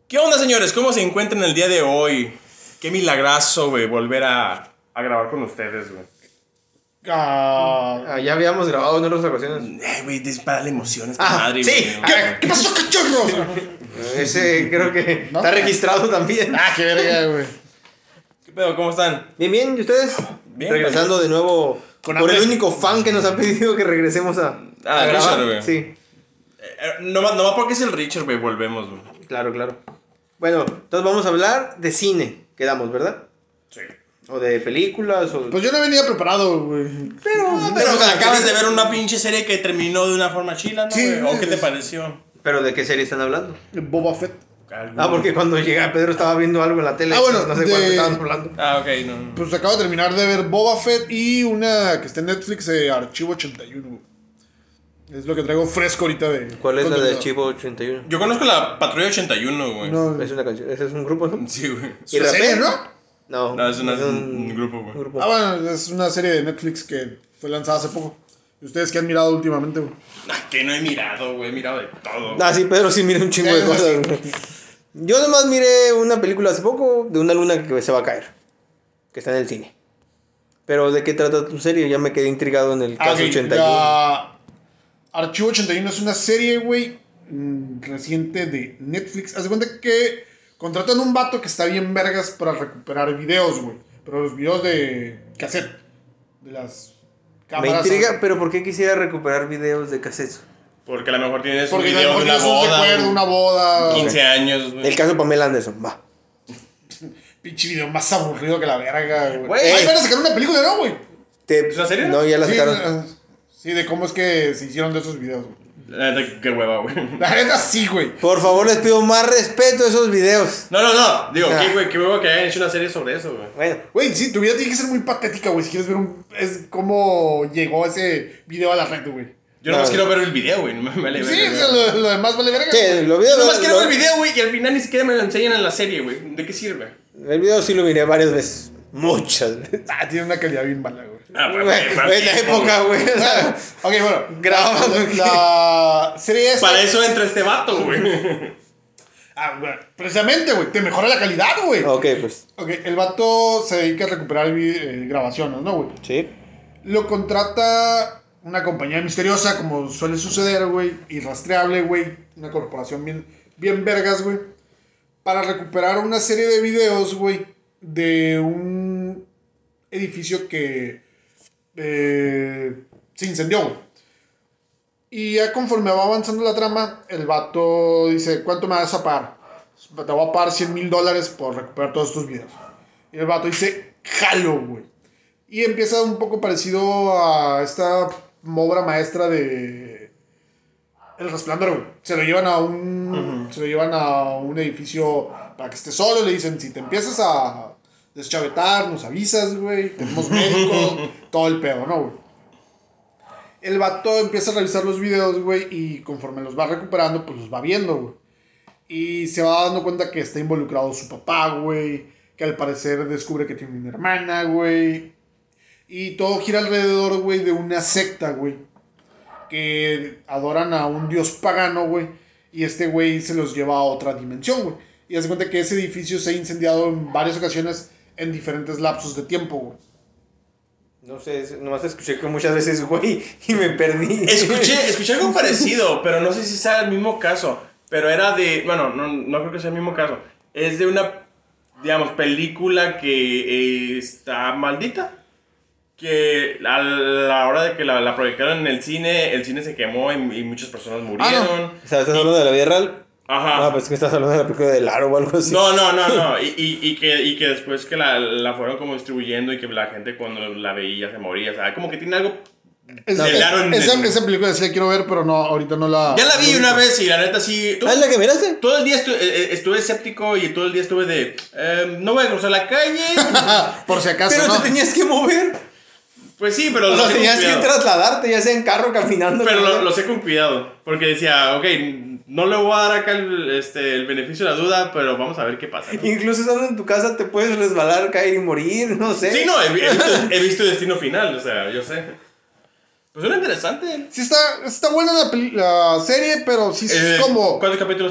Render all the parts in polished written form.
¿Qué onda, señores? ¿Cómo se encuentran el día de hoy? Qué milagrazo, güey, volver a grabar con ustedes, güey. Ya habíamos grabado en otras ocasiones. Güey, dispara la emoción esta madre, sí. güey. ¿Qué pasó, cachorro? Ese creo que ¿No? está registrado también. Qué verga, güey. ¿Qué pedo? ¿Cómo están? Bien, ¿y ustedes? Bien, Regresando de nuevo Con por el hambre. único fan que nos ha pedido que regresemos a Richard, grabar. güey. Sí, No porque es el Richard, güey, volvemos, güey. claro. Bueno, entonces vamos a hablar de cine, quedamos, ¿verdad? Sí. O de películas, o... Pues yo no venía preparado, güey. Pero acabas de ver una pinche serie que terminó de una forma chila, ¿no, Sí, güey? ¿O güey. qué te pareció? ¿Pero de qué serie están hablando? Boba Fett. Porque cuando llega Pedro estaba viendo algo en la tele. Bueno, no sé cuál estaban hablando. Ok, no. Pues acabo de terminar de ver Boba Fett y una que está en Netflix, Archivo 81, güey. Es lo que traigo fresco ahorita de... ¿Cuál es la de contenido. Archivo 81? Yo conozco la Patrulla 81, güey. No, Es una canción, ese es un grupo, ¿no? Sí, güey. ¿Y ¿una serie, rapea? no? No, es un grupo, güey. un grupo. Bueno, es una serie de Netflix que fue lanzada hace poco. ¿Y ustedes qué han mirado últimamente, güey? Que no he mirado, güey. He mirado de todo. Sí, Pedro sí mira un chingo de cosas. Güey. Yo nomás miré una película hace poco de una luna que se va a caer. Que está en el cine. Pero ¿de qué trata tu serie? Ya me quedé intrigado en el caso Ok, 81. la Archivo 81 es una serie, güey, reciente de Netflix. Haz de cuenta que contratan un vato que está bien vergas para recuperar videos, güey. Pero los videos de cassette. De las Me cámaras. intriga, pero ¿por qué quisiera recuperar videos de cassettes? Porque a lo mejor tienes un Porque a lo video de mejor una tienes un boda. recuerdo, una boda. 15 años, güey. El caso de Pamela Anderson, va. Pinche video más aburrido que la verga, güey. Güey. Ahí van a sacar una película, ¿no, güey? ¿Es una serie? No, ya la Sí, sacaron. sí, de cómo es que se hicieron de esos videos, güey. La neta, qué hueva, güey. La neta sí, güey. Por favor, les pido más respeto a esos videos. No. Digo, qué hueva que hayan hecho una serie sobre eso, güey. Bueno, Güey, sí, tu vida tiene que ser muy patética, güey. Si quieres ver es cómo llegó ese video a la red, güey. Yo nomás quiero ver el video, güey. No me vale Sí, verga, o sea, lo demás vale verga. sí, güey. lo Yo videos. nomás quiero ver el video, güey, y al final ni siquiera me lo enseñan en la serie, güey. ¿De qué sirve? El video sí lo miré varias veces. Muchas veces. Tiene una calidad bien mala, güey. En la época, güey. O sea, Ok, bueno. Grabando. La serie esta. Para eso entra este vato, güey. Bueno, precisamente, güey. Te mejora la calidad, güey. Ok, pues. Ok, el vato se dedica a recuperar grabaciones, ¿no, güey? Sí. Lo contrata una compañía misteriosa, como suele suceder, güey, irrastreable, güey, una corporación bien vergas, güey, para recuperar una serie de videos, güey, de un edificio que se incendió, güey. Y ya conforme va avanzando la trama, el vato dice, ¿cuánto me vas a pagar? Te voy a pagar $100,000 por recuperar todos estos videos. Y el vato dice, jalo, güey. Y empieza un poco parecido a esta obra maestra de El Resplandor, güey. Se lo llevan a un edificio para que esté solo. Le dicen, si te empiezas a deschavetar, nos avisas, güey. Tenemos médicos, todo el pedo, ¿no, güey? El vato empieza a revisar los videos, güey, y conforme los va recuperando, pues los va viendo, güey. Y se va dando cuenta que está involucrado su papá, güey. Que al parecer descubre que tiene una hermana, güey. Y todo gira alrededor, güey, de una secta, güey. Que adoran a un dios pagano, güey. Y este güey se los lleva a otra dimensión, güey. Y hace cuenta que ese edificio se ha incendiado en varias ocasiones en diferentes lapsos de tiempo, güey. No sé, nomás escuché que muchas veces, güey, y me perdí. Escuché algo parecido, pero no sé si sea el mismo caso. Pero era de... Bueno, no creo que sea el mismo caso. Es de una, digamos, película que está maldita. Que a la hora de que la proyectaron en el cine se quemó y muchas personas murieron. O sea, ¿estás hablando de la vida real? Ajá. Pues que estás hablando de la película de Laro o algo así. No. Y que después que la fueron como distribuyendo y que la gente cuando la veía se moría. O sea, como que tiene algo... Esa película sí la quiero ver, pero no, ahorita no la... Ya la vi una vez y la neta sí... ¿Es la que miraste? Todo el día estuve escéptico y todo el día estuve de... no voy a cruzar la calle. Por si acaso, Pero ¿no? te tenías que mover. Pues sí, pero O sea, sé con tenías que cuidado. trasladarte, ya sea en carro, caminando. Pero lo sé con cuidado. Porque decía, ok, no le voy a dar acá el beneficio de la duda, pero vamos a ver qué pasa, ¿no? Incluso estando en tu casa te puedes resbalar, caer y morir, no sé. Sí, no, he visto Destino Final, o sea, yo sé. Pues suena interesante. Sí está buena la serie, pero sí es como... ¿Cuántos capítulos tiene?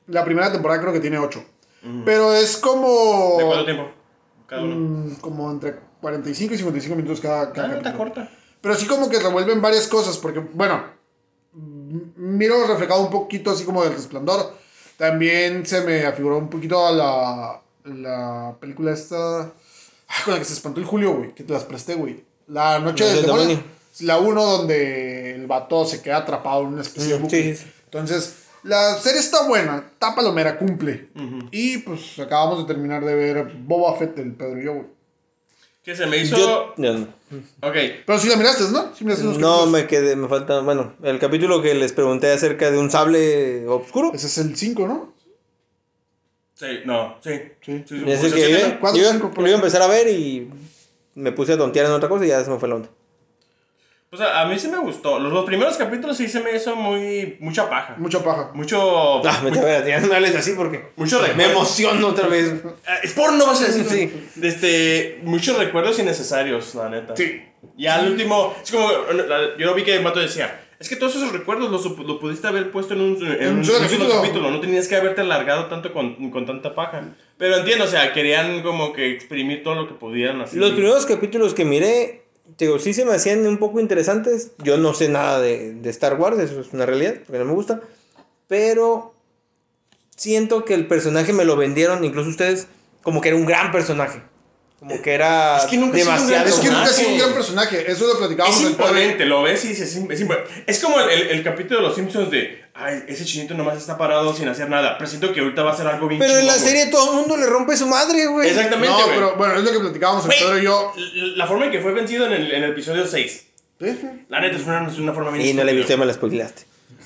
La primera temporada creo que tiene 8. Pero es como... ¿De cuánto tiempo? Cada uno. Como entre 45 y 55 minutos cada Está capítulo. corta. Pero sí como que revuelven varias cosas, porque, bueno, miro reflejado un poquito así como del Resplandor. También se me afiguró un poquito a la película esta con la que se espantó el Julio, güey, que te las presté, güey. La noche del demonio. La 1 donde el vato se queda atrapado en una especie de bucle. Sí. Entonces, la serie está buena, está palomera, cumple. Y pues acabamos de terminar de ver Boba Fett, el Pedro y yo, güey. ¿Qué se me hizo? Ok. Pero sí la miraste, ¿no? Sí miraste los No, capítulos. me falta, bueno, el capítulo que les pregunté acerca de un sable oscuro. Ese es el 5, ¿no? Sí, no, sí. Sí. Ese Pues, que sí, yo, sí. ¿Cuándo yo cinco, por lo iba a ahí? empezar a ver y me puse a tontear en otra cosa y ya se me fue la onda. O sea, a mí sí me gustó. Los primeros capítulos sí se me hizo mucha paja. Mucha paja. Mucho... Ah, me te voy a tirar, no hables así porque Mucho me recuerdo. emociono otra vez. Es porno, vas a decir. Sí. Muchos recuerdos innecesarios, la neta. Sí. Ya al último, es como, yo lo vi que el vato decía, es que todos esos recuerdos lo pudiste haber puesto en un solo solo capítulo. capítulo, no tenías que haberte alargado tanto con tanta paja. Pero entiendo, o sea, querían como que exprimir todo lo que pudieran así. Los primeros capítulos que miré, digo, sí se me hacían un poco interesantes. Yo no sé nada de Star Wars, eso es una realidad, porque no me gusta. Pero siento que el personaje me lo vendieron, incluso ustedes, como que era un gran personaje. Como que era Es que nunca ha sido un gran demasiado. Es que nunca ha sido un personaje. gran personaje. Eso lo platicábamos Es en el podcast. imponente, lo ves y dices, es imponente. Es como el capítulo de los Simpsons de, ay, ese chinito nomás está parado sin hacer nada. Pero siento que ahorita va a ser algo bien Pero en la chingón, güey. serie todo el mundo le rompe su madre, güey. Exactamente, No, güey. pero bueno, es lo que platicábamos el Güey, Pedro y yo. la forma en que fue vencido en el episodio 6. ¿Sí? La neta es una forma bien Y no le estúpida. viste, me la spoileaste.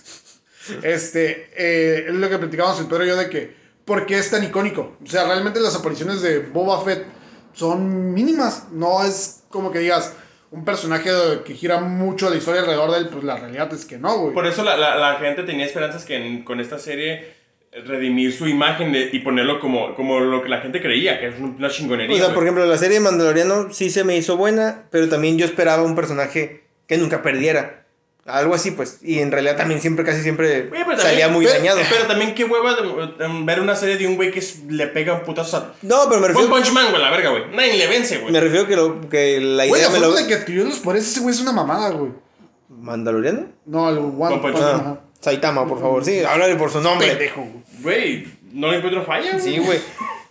Es lo que platicábamos el Pedro y yo de que, ¿por qué es tan icónico? O sea, realmente las apariciones de Boba Fett son mínimas. No es como que digas un personaje que gira mucho la historia alrededor de él. Pues la realidad es que no, güey. Por eso la gente tenía esperanzas que con esta serie redimir su imagen y ponerlo como lo que la gente creía, que es una chingonería. O sea, güey. por ejemplo, la serie de Mandaloriano sí se me hizo buena, pero también yo esperaba un personaje que nunca perdiera. Algo así, pues. Y en realidad también casi siempre Oye, pero salía también- muy dañado. Pero también qué hueva de ver una serie de un güey que le pega un putazo a... No, pero me One refiero, Punch Man, güey, la verga, güey. Nadie le vence, güey. me refiero que la Güey, idea la me lo... forma de que adquirió los poderes ese güey es una mamada, güey. ¿Mandaloriano? No, el One One Punch Punch Man. Man. ajá. Saitama, por favor. Sí, háblale por su nombre. Pendejo, güey. Güey, no le encuentro falla, güey. Sí, güey.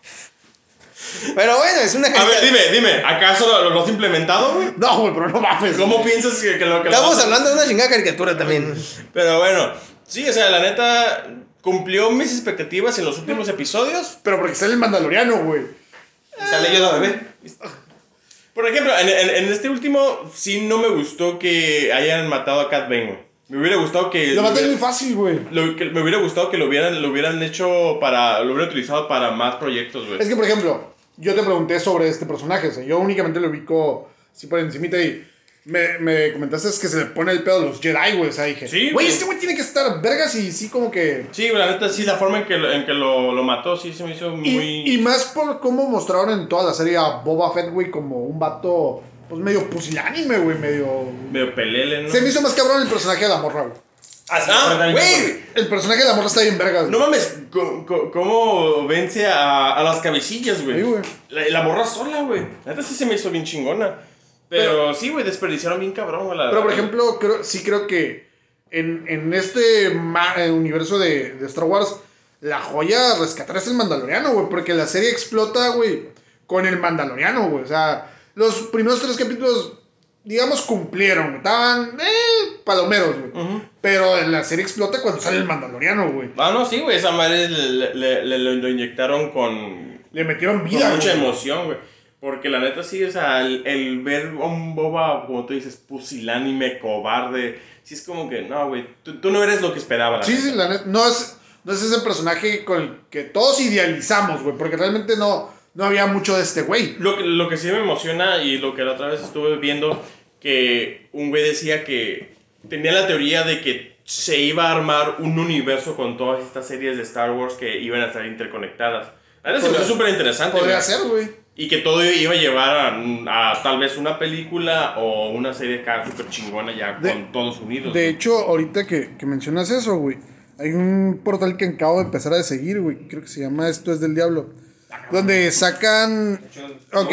Pero bueno, es una A ver, dime, ¿acaso lo has implementado, güey? No, güey, pero no mames. ¿Cómo piensas que lo que lo Estamos vas a- hablando de una chingada caricatura también. Pero bueno, sí, o sea, la neta cumplió mis expectativas en los últimos episodios. Pero porque sale el Mandaloriano, güey. Sale yo la bebé. Por ejemplo, en este último sí no me gustó que hayan matado a Cat Bane, güey. Me hubiera gustado que... Lo maté muy fácil, güey. Me hubiera gustado que lo hubieran hecho para... Lo hubieran utilizado para más proyectos, güey. Es que, por ejemplo, yo te pregunté sobre este personaje. O sea, yo únicamente lo ubico así por encimita y me comentaste es que se le pone el pedo a los Jedi, güey. O sea, dije, Sí, güey, güey. este güey tiene que estar vergas y sí como que... Sí, la neta, sí, la forma en que lo mató, sí se me hizo muy... Y más por cómo mostraron en toda la serie a Boba Fett, güey, como un vato, pues medio pusilánime, güey, medio... Medio pelele, ¿no? Se me hizo más cabrón el personaje de la morra, güey. Ah, güey. El personaje de la morra está bien vergas, No güey. mames, ¿cómo vence a las cabecillas, güey? Sí, güey. La morra sola, güey. La neta sí se me hizo bien chingona. Pero sí, güey, desperdiciaron bien cabrón, güey. Pero, por ejemplo, creo que en este universo de Star Wars, la joya a rescatar es el Mandaloriano, güey. Porque la serie explota, güey, con el Mandaloriano, güey. O sea, los primeros 3 capítulos, digamos, cumplieron, güey. Estaban palomeros, güey. Pero en la serie explota cuando sale el Mandaloriano, güey. Ah, no, sí, güey, esa madre lo inyectaron con Le metieron vida, mucha güey. emoción, güey. Porque la neta sí, o sea, el ver a un boba, como tú dices, pusilánime, cobarde, sí es como que, no, güey, tú no eres lo que esperaba, la Sí, neta. sí, la neta. No es ese personaje con el que todos idealizamos, güey. Porque realmente no había mucho de este güey. Lo que sí me emociona y lo que la otra vez estuve viendo, que un güey decía que tenía la teoría de que se iba a armar un universo con todas estas series de Star Wars que iban a estar interconectadas. La verdad se me hizo súper interesante. Podría güey. ser, güey. Y que todo iba a llevar a tal vez una película o una serie acá súper chingona ya con todos unidos. De hecho, ahorita que mencionas eso, güey, Hay un portal que acabo de empezar a seguir, güey. Creo que se llama Esto es del Diablo. Donde sacan. Ok.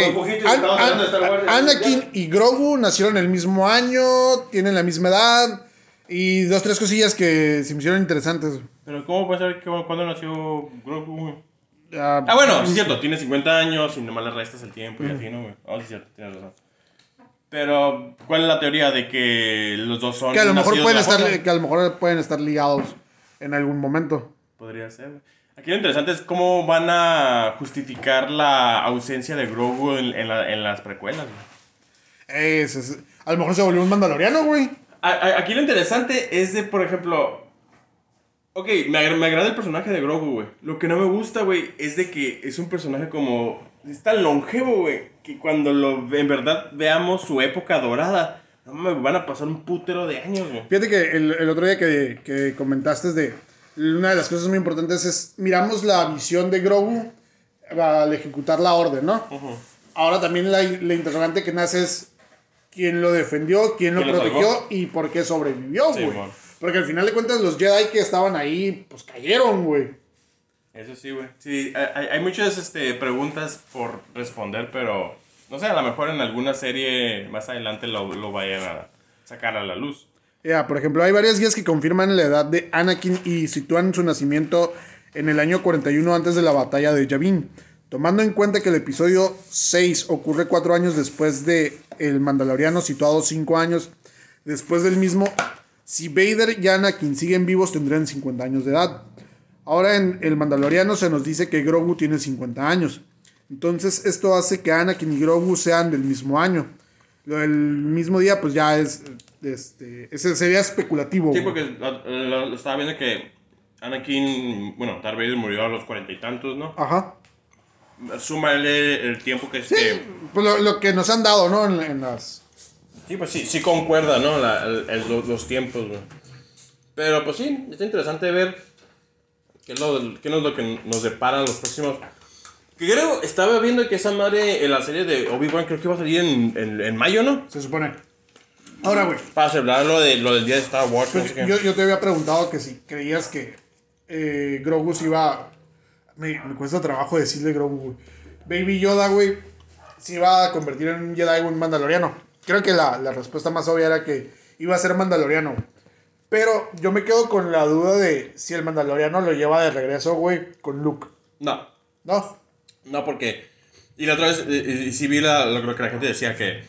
Anakin y Grogu nacieron el mismo año. Tienen la misma edad. Y 2, 3 cosillas que se me hicieron interesantes. Pero ¿cómo puedes saber cuándo nació Grogu, güey? Ah, Bueno, sí es cierto, tiene 50 años y nomás le restas el tiempo y así, ¿no, güey? Sí es cierto, tienes razón. Pero, ¿cuál es la teoría de que los dos son que a lo mejor nacidos pueden de la estar, foto? que a lo mejor pueden estar ligados en algún momento. Podría ser, güey. Aquí lo interesante es cómo van a justificar la ausencia de Grogu en las precuelas, güey. A lo mejor se volvió un mandaloriano, güey. Aquí lo interesante es de, por ejemplo... Ok, me agrada el personaje de Grogu, güey. Lo que no me gusta, güey, es de que es un personaje como... Es tan longevo, güey, que cuando en verdad veamos su época dorada, no me van a pasar un putero de años, güey. Fíjate que el otro día que comentaste de... Una de las cosas muy importantes es... Miramos la visión de Grogu al ejecutar la orden, ¿no? Uh-huh. Ahora también la interrogante que nace es... ¿Quién lo defendió? ¿Quién lo protegió? salvó? ¿Y por qué sobrevivió, güey? Sí, porque al final de cuentas los Jedi que estaban ahí, pues cayeron, güey. Eso sí, güey. Sí, hay muchas preguntas por responder, pero... No sé, a lo mejor en alguna serie más adelante lo vayan a sacar a la luz. Ya, por ejemplo, hay varias guías que confirman la edad de Anakin y sitúan su nacimiento en el año 41 antes de la batalla de Yavin. Tomando en cuenta que el episodio 6 ocurre 4 años después de El Mandaloriano, situado 5 años después del mismo, si Vader y Anakin siguen vivos tendrán 50 años de edad. Ahora en El Mandaloriano se nos dice que Grogu tiene 50 años. Entonces esto hace que Anakin y Grogu sean del mismo año. Lo del mismo día pues ya es... ese sería especulativo. Sí, porque lo estaba viendo que Anakin... Bueno, Darth Vader murió a los 40 y tantos, ¿no? Ajá. Súmale el tiempo que... Sí, pues lo que nos han dado, ¿no? En las... Sí, pues sí concuerda, ¿no? Los tiempos, güey. Pero pues sí, está interesante ver qué es lo que nos depara los próximos... Que creo, estaba viendo que esa madre en la serie de Obi-Wan creo que iba a salir en mayo, ¿no? Se supone. Ahora, güey. Para celebrar lo del día de Star Wars. Pues no sé qué. yo te había preguntado que si creías que Grogu se iba... Me cuesta trabajo decirle Grogu, güey. Baby Yoda, güey, se iba a convertir en un Jedi o un mandaloriano. Creo que la respuesta más obvia era que iba a ser mandaloriano. Pero yo me quedo con la duda de si el mandaloriano lo lleva de regreso, güey, con Luke. No. ¿No? No, porque... Y la otra vez, sí vi lo que la gente decía que...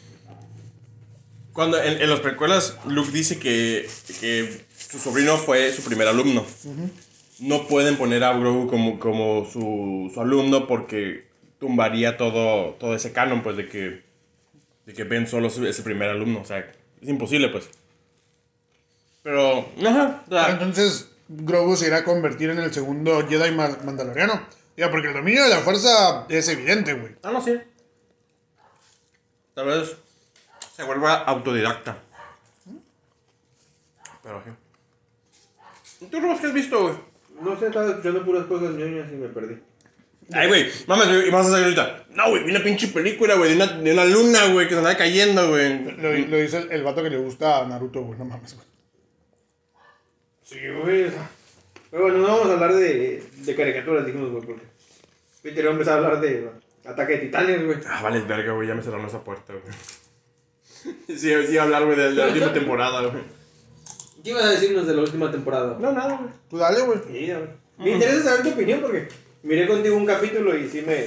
Cuando en las precuelas Luke dice que su sobrino fue su primer alumno. Uh-huh. No pueden poner a Grogu como su alumno porque tumbaría todo ese canon, pues, de que Ben Solo es el primer alumno. O sea, es imposible, pues. Pero, ajá. Pero entonces, Grogu se irá a convertir en el segundo Jedi mandaloriano. Ya, porque el dominio de la fuerza es evidente, güey. Ah, no, sí. Tal vez se vuelva autodidacta. Pero sí. ¿Tú, Robos, qué has visto, güey? No sé, estaba escuchando puras cosas ñoñas y me perdí. Ay, güey, mames, y vas a salir ahorita. No, güey, vi una pinche película, güey, de una luna, güey, que se andaba cayendo, güey. Lo dice el vato que le gusta a Naruto, güey, no mames, güey. Sí, güey. Pero bueno, no vamos a hablar de caricaturas, dijimos, güey, porque Peter iba a empezar a hablar de Ataque de Titanes, güey. Ah, vale, verga, güey, ya me cerraron esa puerta, güey. Sí, iba a hablar, güey, de la última temporada, güey. ¿Qué ibas a decirnos de la última temporada? No, nada, güey. Tú dale, güey. Sí, a ver. Me interesa saber tu opinión porque miré contigo un capítulo y sí me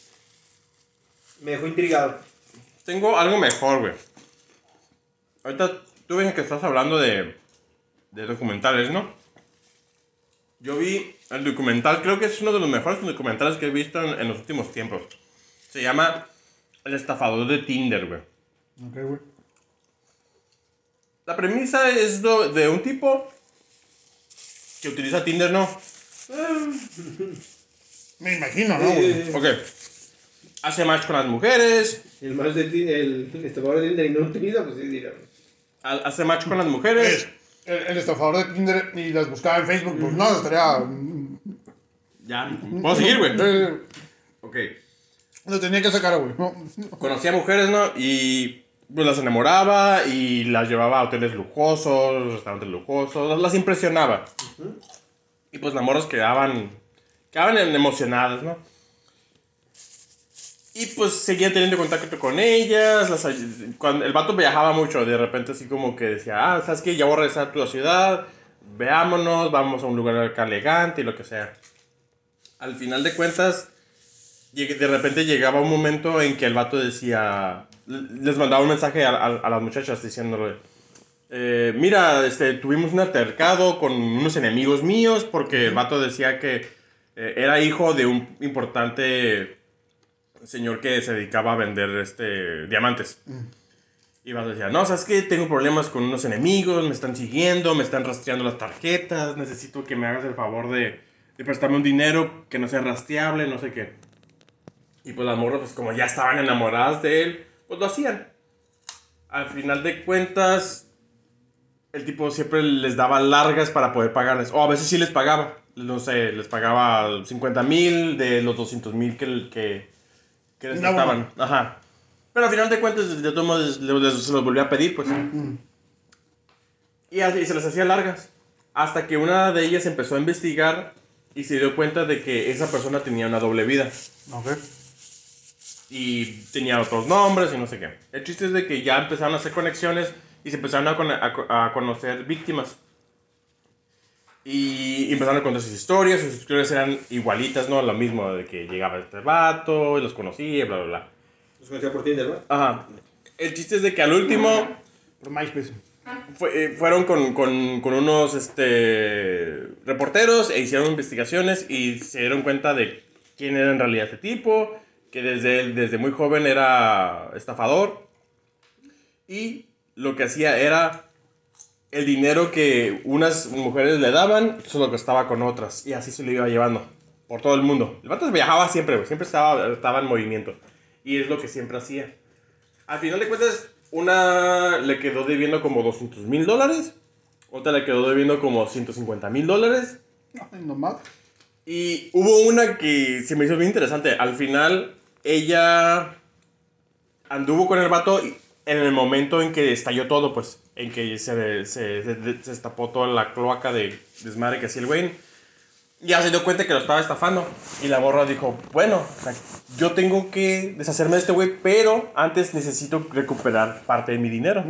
dejó intrigado. Tengo algo mejor, güey. Ahorita tú ves que estás hablando de documentales, ¿no? Yo vi el documental, creo que es uno de los mejores documentales que he visto en los últimos tiempos. Se llama El estafador de Tinder, güey. Ok, güey. La premisa es de un tipo que utiliza Tinder, ¿no? Me imagino, ¿no, güey? Ok. Hace match con las mujeres. El más de el estafador de Tinder y no utiliza, pues sí, dirá. Hace match con las mujeres. El estafador de Tinder y las buscaba en Facebook, pues no, estaría... Ya. ¿Puedo seguir, güey? Ok. Lo tenía que sacar, güey. No. Conocía mujeres, ¿no? Y pues las enamoraba y las llevaba a hoteles lujosos, restaurantes lujosos, las impresionaba. Y pues las morras quedaban emocionadas, ¿no? Y pues seguía teniendo contacto con ellas. Cuando el vato viajaba mucho, de repente así como que decía, ¿sabes qué? Ya voy a regresar a tu ciudad, veámonos, vamos a un lugar acá elegante y lo que sea. Al final de cuentas, de repente llegaba un momento en que el vato decía, les mandaba un mensaje a las muchachas diciéndole, mira, tuvimos un altercado con unos enemigos míos porque el vato decía que era hijo de un importante señor que se dedicaba a vender diamantes. Y vas a decir, no, ¿sabes qué? Tengo problemas con unos enemigos, me están siguiendo, me están rastreando las tarjetas, necesito que me hagas el favor de prestarme un dinero que no sea rastreable, no sé qué. Y pues las morras, pues como ya estaban enamoradas de él, pues lo hacían. Al final de cuentas, el tipo siempre les daba largas para poder pagarles. O a veces sí les pagaba. No sé, les pagaba 50,000 de los 200,000 que les estaban. Ajá. Pero al final de cuentas, de todos modos, se los volvía a pedir, pues. Y así se les hacía largas. Hasta que una de ellas empezó a investigar y se dio cuenta de que esa persona tenía una doble vida. Ok. Y tenía otros nombres y no sé qué. El chiste es de que ya empezaron a hacer conexiones y se empezaron a conocer víctimas. Y empezaron a contar sus historias eran igualitas, ¿no? Lo mismo de que llegaba este vato y los conocía, bla, bla, bla. Los conocía por Tinder, ¿no? Ajá. El chiste es de que al último Por MySpace. fueron con unos reporteros e hicieron investigaciones y se dieron cuenta de quién era en realidad este tipo, que desde muy joven era estafador y lo que hacía era el dinero que unas mujeres le daban, se lo gastaba con otras y así se lo iba llevando por todo el mundo. El vato viajaba siempre, güey, siempre estaba en movimiento y es lo que siempre hacía. Al final de cuentas, una le quedó debiendo como $200,000, otra le quedó debiendo como $150,000. Ay, nomás. Y hubo una que se me hizo bien interesante. Al final, ella anduvo con el vato en el momento en que estalló todo, pues. En que se destapó toda la cloaca de desmadre que hacía el güey. Ya se dio cuenta que lo estaba estafando. Y la morra dijo, bueno, o sea, yo tengo que deshacerme de este güey, pero antes necesito recuperar parte de mi dinero.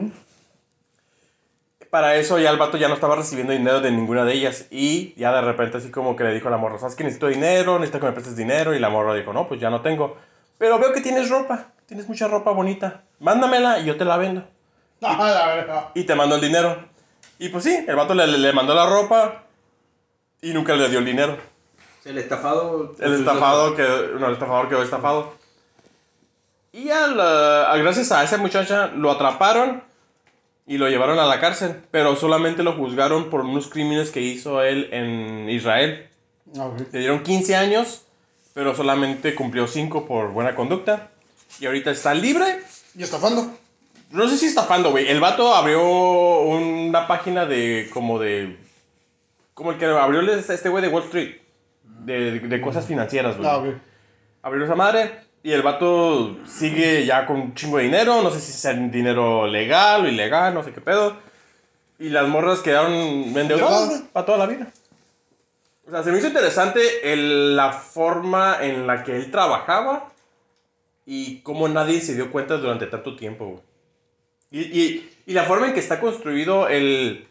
Para eso ya el vato ya no estaba recibiendo dinero de ninguna de ellas. Y ya de repente así como que le dijo a la morra, ¿sabes que necesito dinero? Necesito que me prestes dinero. Y la morra dijo, no, pues ya no tengo. Pero veo que tienes ropa. Tienes mucha ropa bonita. Mándamela y yo te la vendo. Ah, la verdad. Y te mando el dinero. Y pues sí, el vato le mandó la ropa y nunca le dio el dinero. El estafado. El estafador quedó estafado. Y gracias a esa muchacha lo atraparon y lo llevaron a la cárcel. Pero solamente lo juzgaron por unos crímenes que hizo él en Israel. Ok. Le dieron 15 años, pero solamente cumplió 5 por buena conducta. Y ahorita está libre. ¿Y estafando? No sé si estafando, güey. El vato abrió una página como el que abrió este güey de Wall Street. De cosas financieras, güey. Ah, ok. Abrió esa madre. Y el vato sigue ya con un chingo de dinero. No sé si es dinero legal o ilegal, no sé qué pedo. Y las morras quedaron endeudadas, güey, para toda la vida. O sea, se me hizo interesante la forma en la que él trabajaba. Y cómo nadie se dio cuenta durante tanto tiempo, güey. Y la forma en que está construido el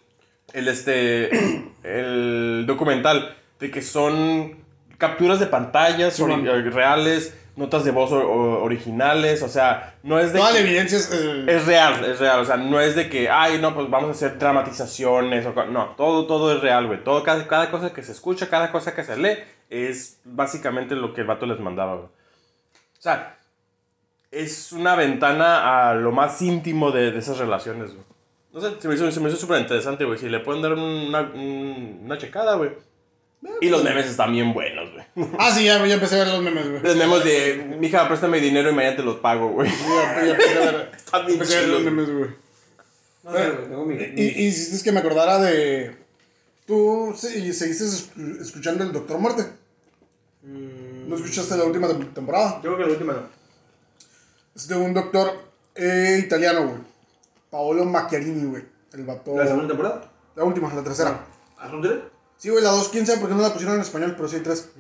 documental, de que son capturas de pantallas reales, notas de voz originales, o sea, no es de... Toda la evidencia es... Es real, o sea, no es de que, ay, no, pues vamos a hacer dramatizaciones, no, todo es real, güey, cada cosa que se escucha, cada cosa que se lee, es básicamente lo que el vato les mandaba, güey. O sea, es una ventana a lo más íntimo de esas relaciones, güey. No sé, se me hizo súper interesante, güey. Si le pueden dar una checada, güey. Y los memes están bien buenos, güey. Ah, sí, ya empecé a ver los memes, güey. Los memes de, mija, préstame dinero y mañana te los pago, güey. Ya empecé a ver, Están bien empecé a ver los chilos. memes, güey. No sé, güey, tengo mi. Y hiciste que me acordara de... ¿Tú seguiste escuchando El Doctor Muerte? ¿No escuchaste la última temporada? Yo creo que la última no. Es de un doctor italiano, güey. Paolo Macchiarini, güey. El vato... ¿La segunda temporada? La última, la tercera. ¿Ah, son tres? Sí, güey, la 2, quién sabe por qué no la pusieron en español, pero sí hay 3.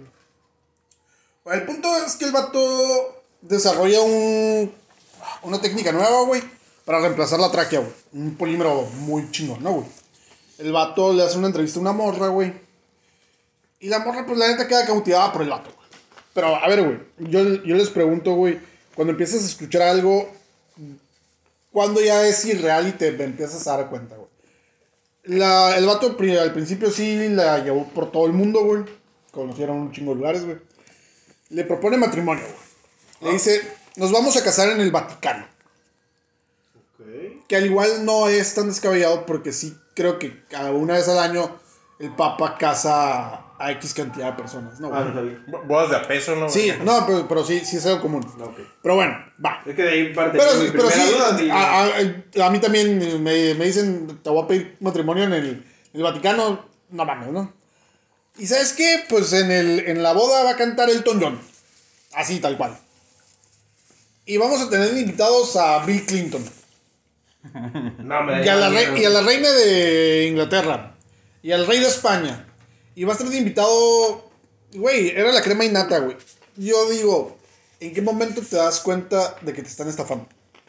El punto es que el vato desarrolla una técnica nueva, güey, para reemplazar la tráquea, güey. Un polímero muy chingón, ¿no, güey? El vato le hace una entrevista a una morra, güey. Y la morra, pues, la neta queda cautivada por el vato, güey. Pero, a ver, güey, yo les pregunto, güey, cuando empiezas a escuchar algo, ¿cuándo ya es irreal y te empiezas a dar cuenta, güey? El vato al principio sí la llevó por todo el mundo, güey. Conocieron un chingo de lugares, güey. Le propone matrimonio, güey. Le dice, nos vamos a casar en el Vaticano. Ok. Que al igual no es tan descabellado porque sí creo que cada una vez al año el Papa casa a X cantidad de personas, ¿no? Ah, güey? no sabía. Bodas de a peso, ¿no? Sí, no, pero sí es algo común. Ok. Pero bueno, va. Es que de ahí parte Pero, mi pero primera sí, duda. a mí también me dicen, te voy a pedir matrimonio en el Vaticano, no mames, ¿no? ¿Y sabes qué? Pues en la boda va a cantar Elton John. Así, tal cual. Y vamos a tener invitados a Bill Clinton. No, me Y a la reina de Inglaterra. Y al rey de España. Y va a estar de invitado. Güey, era la crema innata, güey. Yo digo, ¿en qué momento te das cuenta de que te están estafando?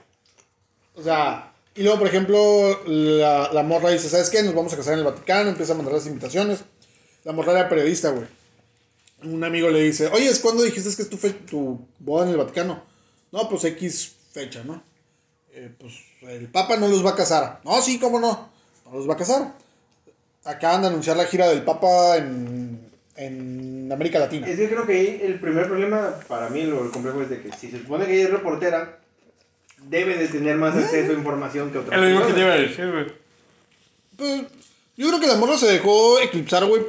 O sea, y luego, por ejemplo, la morra dice, ¿sabes qué? Nos vamos a casar en el Vaticano. Empieza a mandar las invitaciones. La morra era periodista, güey. Un amigo le dice, oye, ¿cuándo dijiste que es tu boda en el Vaticano? No, pues X fecha, ¿no? Pues el Papa no los va a casar. No, sí, cómo no. No los va a casar. Acaban de anunciar la gira del Papa en América Latina. Es que creo que ahí el primer problema para mí, lo complejo es de que si se supone que ella es reportera, debe de tener más acceso a información que otra Es lo mismo que te persona. iba a decir, güey. Pues, yo creo que la morra se dejó eclipsar, güey,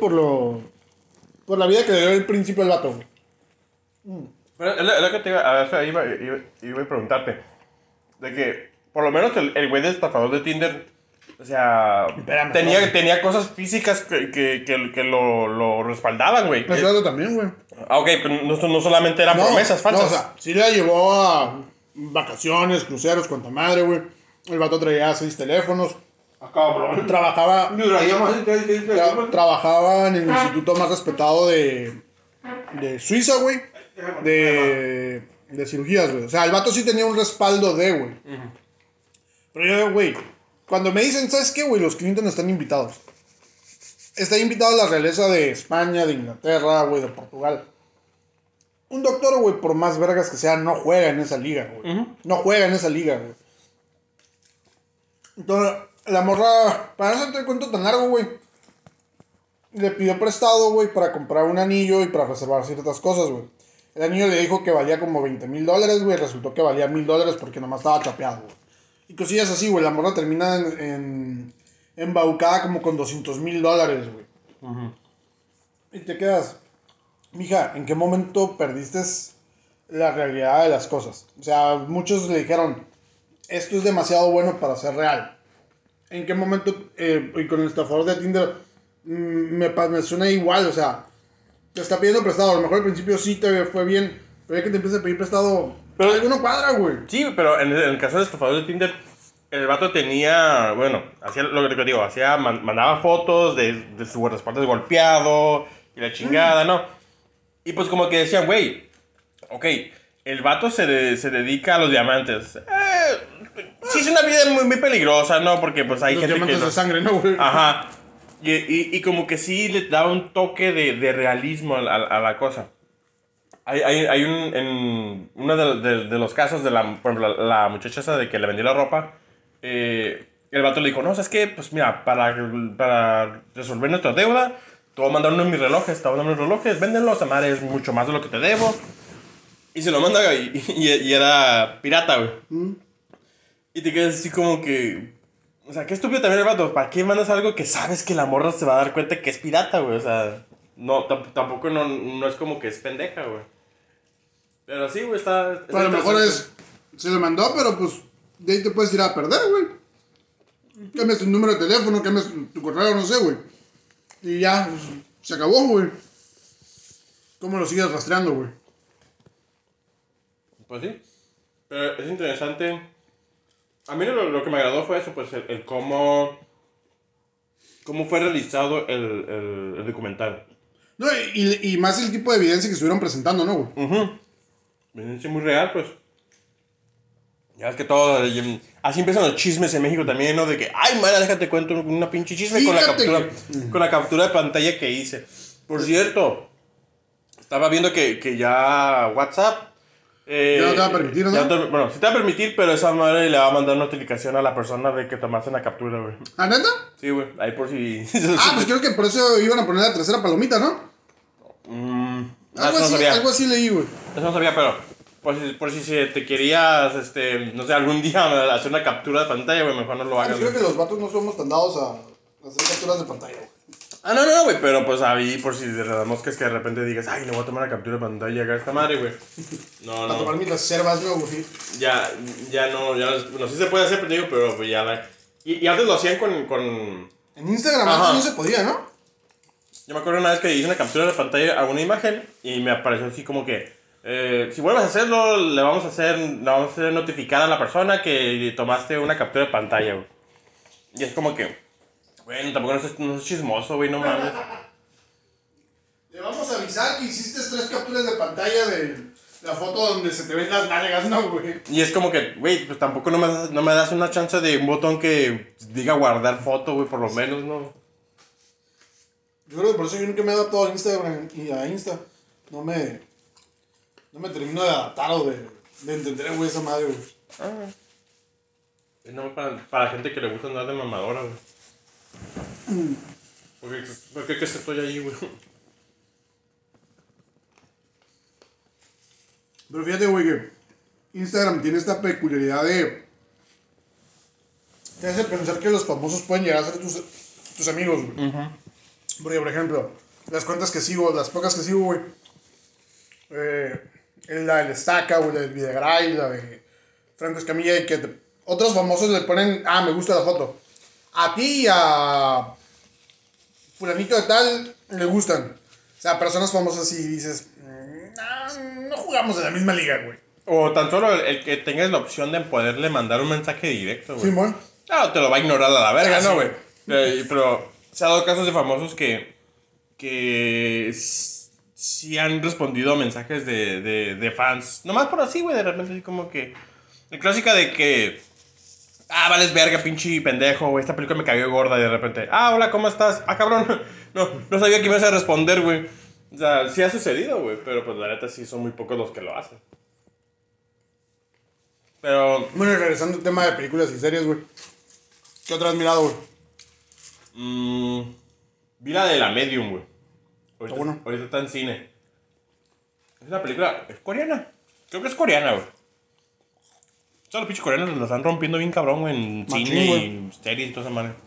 por la vida que le dio el príncipe al vato, güey. Pero es lo que te iba, o sea, iba a preguntarte. De que, por lo menos el güey de estafador de Tinder, o sea, Espérame, tenía cosas físicas que lo respaldaban, güey. Pues el vato también, güey. Ah, ok, pero no solamente eran promesas falsas. No, o sea, sí la llevó a vacaciones, cruceros, cuanta madre, güey. El vato traía 6 teléfonos. Ah, cabrón. Trabajaba Duraría más de 3 días. trabajaba en el instituto más respetado de Suiza, güey. De cirugías, güey. O sea, el vato sí tenía un respaldo de, güey. Pero yo, güey, cuando me dicen, ¿sabes qué, güey? Los Clinton están invitados. Está invitado la realeza de España, de Inglaterra, güey, de Portugal. Un doctor, güey, por más vergas que sea, no juega en esa liga, güey. No juega en esa liga, güey. Entonces, la morra, para no hacerte el cuento tan largo, güey, le pidió prestado, güey, para comprar un anillo y para reservar ciertas cosas, güey. El anillo le dijo que valía como $20,000, güey. Resultó que valía $1,000 porque nomás estaba chapeado, güey. Y cosillas así, güey. La morra termina embaucada como con $200,000, güey. Y te quedas, mija, ¿en qué momento perdiste la realidad de las cosas? O sea, muchos le dijeron, esto es demasiado bueno para ser real. ¿En qué momento, y con el estafador de Tinder, me suena igual, o sea, te está pidiendo prestado, a lo mejor al principio sí te fue bien, pero ya que te empieza a pedir prestado, pero alguno cuadra, güey. Sí, pero en el caso del estafador de Tinder, el vato tenía, bueno, hacía lo que te digo, mandaba fotos de su guardaespaldas golpeado y la chingada, ¿no? Y pues como que decían, güey, ok, el vato se dedica a los diamantes. Sí es una vida muy, muy peligrosa, ¿no? Porque pues hay Los gente que... diamantes de sangre, ¿no, güey? Ajá. Y como que sí le daba un toque de realismo a la cosa. Hay en uno de los casos de por ejemplo, la muchacha esa de que le vendió la ropa, el vato le dijo, no, ¿sabes qué? Pues mira, para resolver nuestra deuda, te voy a mandar uno de mis relojes, véndelos, a madre, es mucho más de lo que te debo. Y se lo manda y era pirata, güey. Y te quedas así como que... O sea, qué estúpido también el vato. ¿Para qué mandas algo que sabes que la morra se va a dar cuenta que es pirata, güey? O sea, no, tampoco no es como que es pendeja, güey. Pero sí, güey, está A lo mejor se lo mandó, pero pues de ahí te puedes ir a perder, güey. Cambias tu número de teléfono, cambias tu correo, no sé, güey. Y ya, pues, se acabó, güey. ¿Cómo lo sigues rastreando, güey? Pues sí. Pero es interesante. A mí lo que me agradó fue eso, pues el cómo cómo fue realizado el documental. No, y más el tipo de evidencia que estuvieron presentando, ¿no, güey? Evidencia muy real, pues. Ya ves que todo. Así empiezan los chismes en México también, ¿no? De que, ay, mala, déjate cuento una pinche chisme con la captura de pantalla que hice. Por cierto, estaba viendo que ya WhatsApp. Ya no te va a permitir, ¿no? Bueno, sí te va a permitir, pero esa madre le va a mandar notificación a la persona de que tomaste una captura, güey. ¿Ah, neta? Sí, güey, ahí por si. Pues creo que por eso iban a poner la tercera palomita, ¿no? Algo así leí, güey. Eso no sabía, pero por si te querías, no sé, algún día hacer una captura de pantalla, güey, mejor no lo hagas. Creo que los vatos no somos tan dados a hacer capturas de pantalla, güey. No, güey, pero pues ahí por si de la mosca es que de repente digas, ay, le voy a tomar una captura de pantalla acá a esta madre, güey. No. Para tomar mis reservas, ¿no, güey? Ya no, bueno, sí se puede hacer, pero te digo, pero pues ya y antes lo hacían con... En Instagram antes no se podía, ¿no? Yo me acuerdo una vez que hice una captura de pantalla a una imagen y me apareció así como que si vuelves a hacerlo, le vamos a hacer notificar a la persona que tomaste una captura de pantalla, güey. Y es como que, bueno, tampoco no es chismoso, güey, no mames. Le vamos a avisar que hiciste 3 capturas de pantalla de la foto donde se te ven las nalgas, ¿no, güey? Y es como que, güey, pues tampoco no me das una chance de un botón que diga guardar foto, güey, por lo menos, ¿no? Yo creo que por eso yo nunca me he adaptado a Instagram y a Insta. No me termino de adaptar o de entender, güey, esa madre, güey. Es no para la gente que le gusta andar de mamadora, güey. ¿Por qué que estoy ahí, güey? Pero fíjate, güey, que Instagram tiene esta peculiaridad de... Te hace pensar que los famosos pueden llegar a ser tus amigos, güey. Porque, por ejemplo, las cuentas que sigo, las pocas que sigo, güey. La del Estaca, güey, la del Videgaray, la de Franco Escamilla, y que otros famosos le ponen, me gusta la foto. A ti y a fulanito de tal le gustan. O sea, personas famosas y dices, no jugamos en la misma liga, güey. O tan solo el que tengas la opción de poderle mandar un mensaje directo, güey. Simón. Claro, te lo va a ignorar a la verga, Ah, ¿no, sí. güey? Pero se ha dado casos de famosos que sí han respondido a mensajes de fans. Nomás por así, güey, de repente así como que... La clásica de que... vales verga, pinche pendejo, güey, esta película me cayó gorda y de repente... hola, ¿cómo estás? cabrón, no sabía que me ibas a responder, güey. O sea, sí ha sucedido, güey, pero pues la neta sí son muy pocos los que lo hacen. Pero... Bueno, y regresando al tema de películas y series, güey. ¿Qué otra has mirado, güey? Vi la de La Medium, güey. Bueno. Ahorita está en cine. Es una película... ¿Es coreana? Creo que es coreana, güey. Todos los pinches coreanos la están rompiendo bien cabrón, güey, en Machín, cine güey. y series y toda esa madre.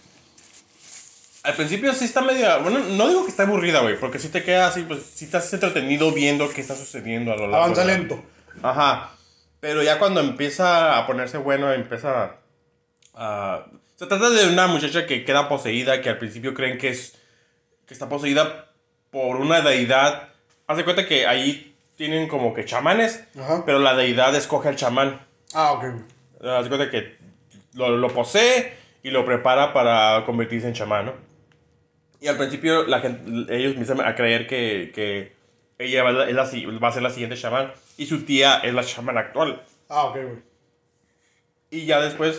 Al principio sí está media... Bueno, no digo que está aburrida, güey, porque sí te queda así, pues sí estás entretenido viendo qué está sucediendo a lo largo. Avanza lento. Ajá. Pero ya cuando empieza a ponerse bueno, empieza a... Se trata de una muchacha que queda poseída, que al principio creen que está poseída por una deidad. Haz de cuenta que ahí tienen como que chamanes, Ajá. pero la deidad escoge al chamán. Ok. Haz de cuenta que lo posee y lo prepara para convertirse en chamán, ¿no? Y al principio ellos empiezan a creer que ella va a ser la siguiente chamán y su tía es la chamán actual. Ok, güey. Y ya después,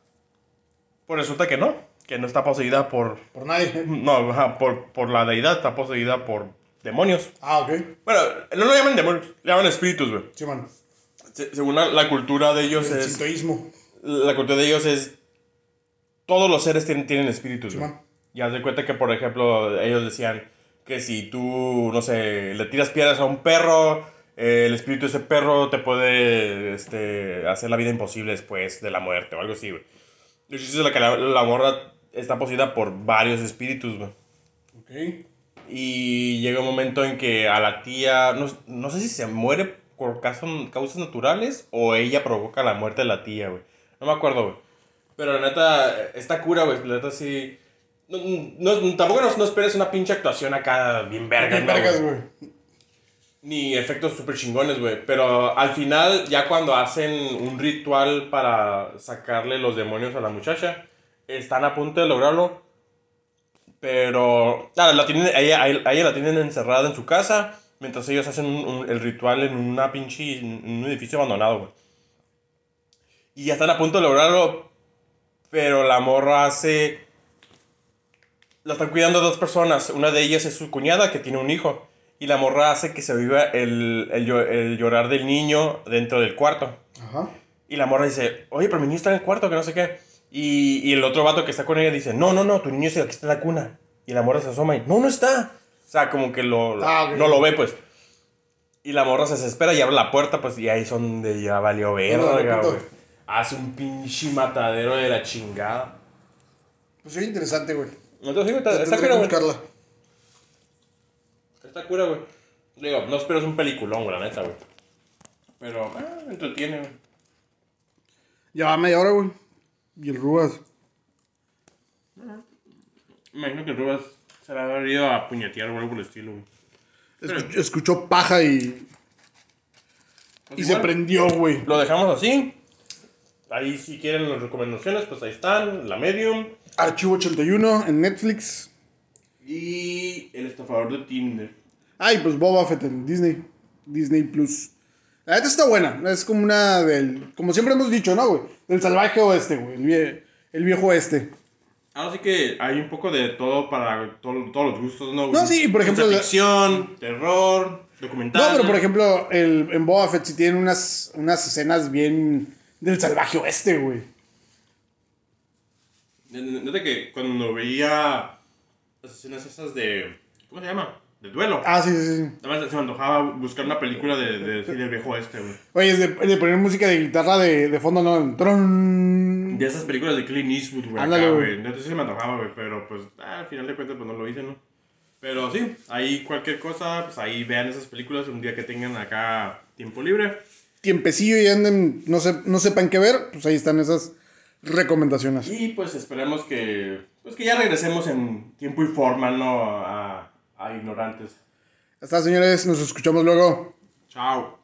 pues resulta que no está poseída por... Por nadie. No, ajá, por la deidad, está poseída por demonios. Ok. Bueno, no lo llaman demonios, le llaman espíritus, güey. Sí, man. Según la cultura de ellos El es... sintoísmo. La cultura de ellos es... Todos los seres tienen espíritus, Sí, güey. man. Y haz de cuenta que, por ejemplo, ellos decían que si tú, no sé, le tiras piedras a un perro, el espíritu de ese perro te puede hacer la vida imposible después de la muerte o algo así, güey. El chiste es que la morra está poseída por varios espíritus, güey. Ok. Y llega un momento en que a la tía, no sé si se muere por causas naturales o ella provoca la muerte de la tía, güey. No me acuerdo, güey. Pero la neta, está cura, güey. La neta sí... tampoco no esperes una pinche actuación acá bien verga, Bien ¿no, vergas, güey? güey. Ni efectos súper chingones, güey. Pero al final, ya cuando hacen un ritual para sacarle los demonios a la muchacha, están a punto de lograrlo. Pero, la tienen, a ella la tienen encerrada en su casa mientras ellos hacen el ritual en una pinche, en un edificio abandonado, güey. Y ya están a punto de lograrlo, pero la morra hace... La están cuidando dos personas. Una de ellas es su cuñada que tiene un hijo. Y la morra hace que se viva el llorar del niño dentro del cuarto. Ajá. Y la morra dice, oye, pero mi niño está en el cuarto, que no sé qué. Y el otro vato que está con ella dice, no, tu niño aquí está en la cuna. Y la morra se asoma y, no está. O sea, como que Okay. no lo ve, pues. Y la morra se desespera y abre la puerta, pues, y ahí es donde ya valió verga, güey. Hace un pinche matadero de la chingada. Pues es interesante, güey. Entonces, sí, Tendré está que cura, güey. buscarla. Está cura, güey. Digo, no esperas un peliculón, güey, la neta, güey. Pero, entretiene, güey. Ya va media hora, güey. Y el Rubas. Me imagino que Rubas se la habrá ido a puñetear o algo por el estilo, güey. Escuchó paja y Pues se igual, prendió, güey. lo dejamos así. Ahí si quieren las recomendaciones, pues ahí están. La Medium. Archivo 81 en Netflix. Y el estafador de Tinder. Ay, pues Boba Fett en Disney. Disney Plus. La neta está buena. Es como una del... Como siempre hemos dicho, ¿no, güey? Del salvaje oeste, güey. El viejo oeste. Ahora sí que hay un poco de todo para todos los gustos, ¿no? No, sí, por ejemplo... Ciencia ficción, terror, documental. No, pero por ejemplo, en Boba Fett sí tienen unas escenas bien del salvaje oeste, güey. Neta que cuando veía las escenas esas de... ¿Cómo se llama? De duelo. Ah, sí, sí, sí. Además se me antojaba buscar una película del viejo este, güey. Oye, es de poner música de guitarra de fondo, ¿no? Tron. De esas películas de Clint Eastwood, güey. Ándale, acá, güey. Neta sí se me antojaba, güey. Pero pues al final de cuentas pues no lo hice, ¿no? Pero sí, ahí cualquier cosa, pues ahí vean esas películas un día que tengan acá tiempo libre. Tiempecillo y anden, no sepan qué ver, pues ahí están esas recomendaciones. Y pues esperemos que ya regresemos en tiempo y forma, ¿no? A ignorantes. Hasta, señores, nos escuchamos luego. Chao.